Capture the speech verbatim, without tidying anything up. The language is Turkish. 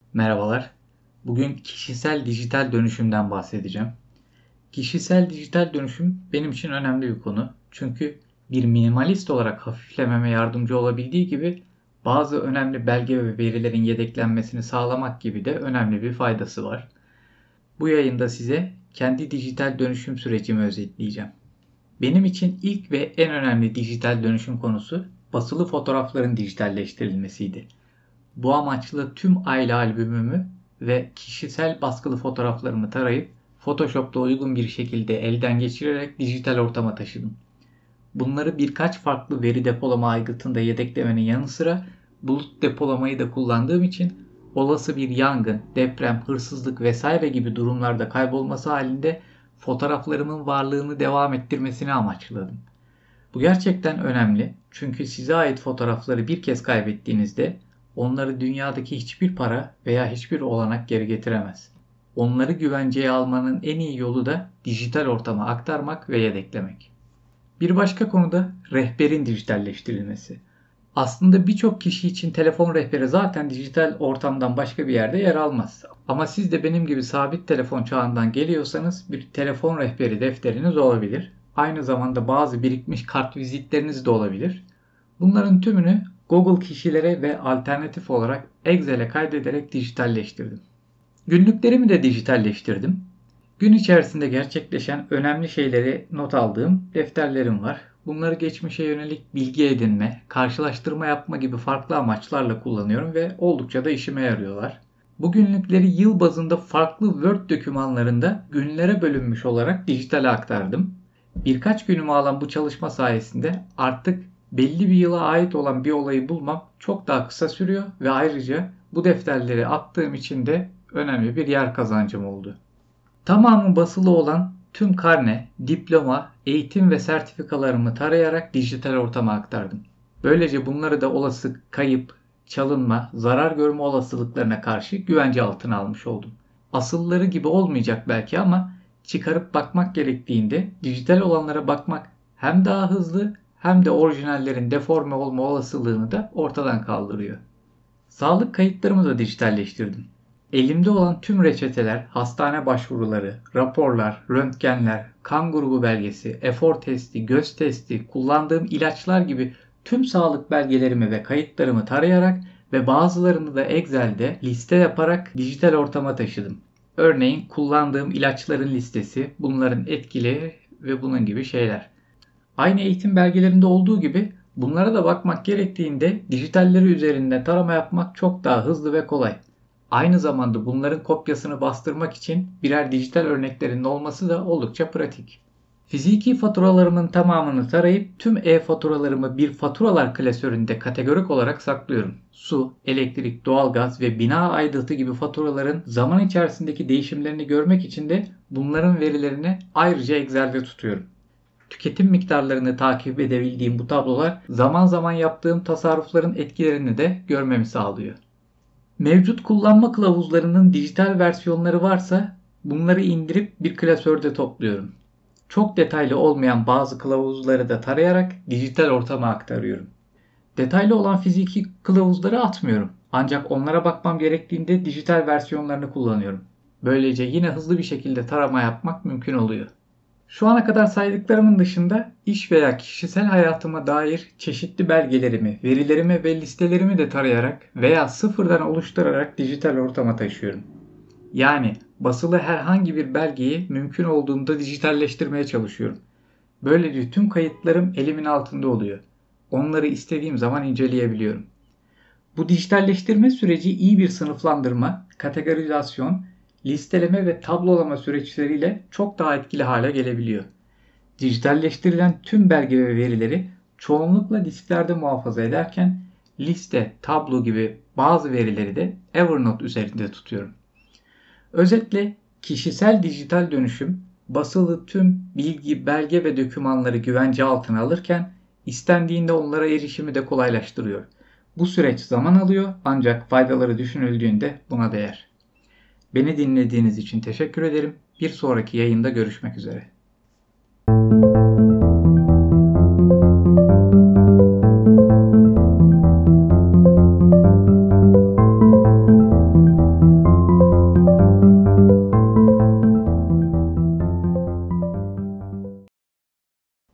Merhabalar. Bugün kişisel dijital dönüşümden bahsedeceğim. Kişisel dijital dönüşüm benim için önemli bir konu. Çünkü bir minimalist olarak hafiflememe yardımcı olabildiği gibi bazı önemli belge ve verilerin yedeklenmesini sağlamak gibi de önemli bir faydası var. Bu yayında size kendi dijital dönüşüm sürecimi özetleyeceğim. Benim için ilk ve en önemli dijital dönüşüm konusu basılı fotoğrafların dijitalleştirilmesiydi. Bu amaçla tüm aile albümümü ve kişisel baskılı fotoğraflarımı tarayıp Photoshop'ta uygun bir şekilde elden geçirerek dijital ortama taşıdım. Bunları birkaç farklı veri depolama aygıtında yedeklemenin yanı sıra bulut depolamayı da kullandığım için olası bir yangın, deprem, hırsızlık vesaire gibi durumlarda kaybolması halinde fotoğraflarımın varlığını devam ettirmesini amaçladım. Bu gerçekten önemli çünkü size ait fotoğrafları bir kez kaybettiğinizde onları dünyadaki hiçbir para veya hiçbir olanak geri getiremez. Onları güvenceye almanın en iyi yolu da dijital ortama aktarmak ve yedeklemek. Bir başka konu da rehberin dijitalleştirilmesi. Aslında birçok kişi için telefon rehberi zaten dijital ortamdan başka bir yerde yer almaz. Ama siz de benim gibi sabit telefon çağından geliyorsanız bir telefon rehberi defteriniz olabilir. Aynı zamanda bazı birikmiş kartvizitleriniz de olabilir. Bunların tümünü Google kişilere ve alternatif olarak Excel'e kaydederek dijitalleştirdim. Günlüklerimi de dijitalleştirdim. Gün içerisinde gerçekleşen önemli şeyleri not aldığım defterlerim var. Bunları geçmişe yönelik bilgi edinme, karşılaştırma yapma gibi farklı amaçlarla kullanıyorum ve oldukça da işime yarıyorlar. Bu günlükleri yıl bazında farklı Word dokümanlarında günlere bölünmüş olarak dijitale aktardım. Birkaç günümü alan bu çalışma sayesinde artık belli bir yıla ait olan bir olayı bulmam çok daha kısa sürüyor ve ayrıca bu defterleri attığım için de önemli bir yer kazancım oldu. Tamamı basılı olan tüm karne, diploma, eğitim ve sertifikalarımı tarayarak dijital ortama aktardım. Böylece bunları da olası kayıp, çalınma, zarar görme olasılıklarına karşı güvence altına almış oldum. Asılları gibi olmayacak belki ama çıkarıp bakmak gerektiğinde dijital olanlara bakmak hem daha hızlı hem de orijinallerin deforme olma olasılığını da ortadan kaldırıyor. Sağlık kayıtlarımı da dijitalleştirdim. Elimde olan tüm reçeteler, hastane başvuruları, raporlar, röntgenler, kan grubu belgesi, efor testi, göz testi, kullandığım ilaçlar gibi tüm sağlık belgelerimi ve kayıtlarımı tarayarak ve bazılarını da Excel'de liste yaparak dijital ortama taşıdım. Örneğin kullandığım ilaçların listesi, bunların etkileri ve bunun gibi şeyler. Aynı eğitim belgelerinde olduğu gibi bunlara da bakmak gerektiğinde dijitalleri üzerinde tarama yapmak çok daha hızlı ve kolay. Aynı zamanda bunların kopyasını bastırmak için birer dijital örneklerinin olması da oldukça pratik. Fiziki faturalarımın tamamını tarayıp tüm e-faturalarımı bir faturalar klasöründe kategorik olarak saklıyorum. Su, elektrik, doğalgaz ve bina aidatı gibi faturaların zaman içerisindeki değişimlerini görmek için de bunların verilerini ayrıca Excel'de tutuyorum. Tüketim miktarlarını takip edebildiğim bu tablolar zaman zaman yaptığım tasarrufların etkilerini de görmemi sağlıyor. Mevcut kullanma kılavuzlarının dijital versiyonları varsa bunları indirip bir klasörde topluyorum. Çok detaylı olmayan bazı kılavuzları da tarayarak dijital ortama aktarıyorum. Detaylı olan fiziki kılavuzları atmıyorum. Ancak onlara bakmam gerektiğinde dijital versiyonlarını kullanıyorum. Böylece yine hızlı bir şekilde tarama yapmak mümkün oluyor. Şu ana kadar saydıklarımın dışında iş veya kişisel hayatıma dair çeşitli belgelerimi, verilerimi ve listelerimi de tarayarak veya sıfırdan oluşturarak dijital ortama taşıyorum. Yani basılı herhangi bir belgeyi mümkün olduğunda dijitalleştirmeye çalışıyorum. Böylece tüm kayıtlarım elimin altında oluyor. Onları istediğim zaman inceleyebiliyorum. Bu dijitalleştirme süreci iyi bir sınıflandırma, kategorizasyon, listeleme ve tablolama süreçleriyle çok daha etkili hale gelebiliyor. Dijitalleştirilen tüm belge ve verileri çoğunlukla disklerde muhafaza ederken liste, tablo gibi bazı verileri de Evernote üzerinde tutuyorum. Özetle kişisel dijital dönüşüm basılı tüm bilgi, belge ve dokümanları güvence altına alırken istendiğinde onlara erişimi de kolaylaştırıyor. Bu süreç zaman alıyor ancak faydaları düşünüldüğünde buna değer. Beni dinlediğiniz için teşekkür ederim. Bir sonraki yayında görüşmek üzere.